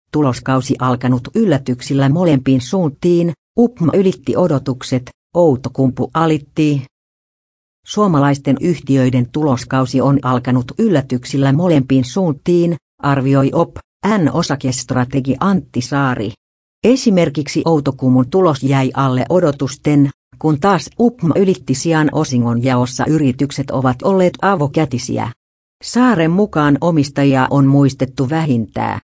tuloskausi alkanut yllätyksillä molempiin suuntiin, UPM ylitti odotukset, Outokumpu alitti. Suomalaisten yhtiöiden tuloskausi on alkanut yllätyksillä molempiin suuntiin, arvioi OP-N-osakestrategi Antti Saari. Esimerkiksi Outokumun tulos jäi alle odotusten, kun taas UPM ylitti sijan osingonjaossa yritykset ovat olleet avokätisiä. Saaren mukaan omistajia on muistettu vähintää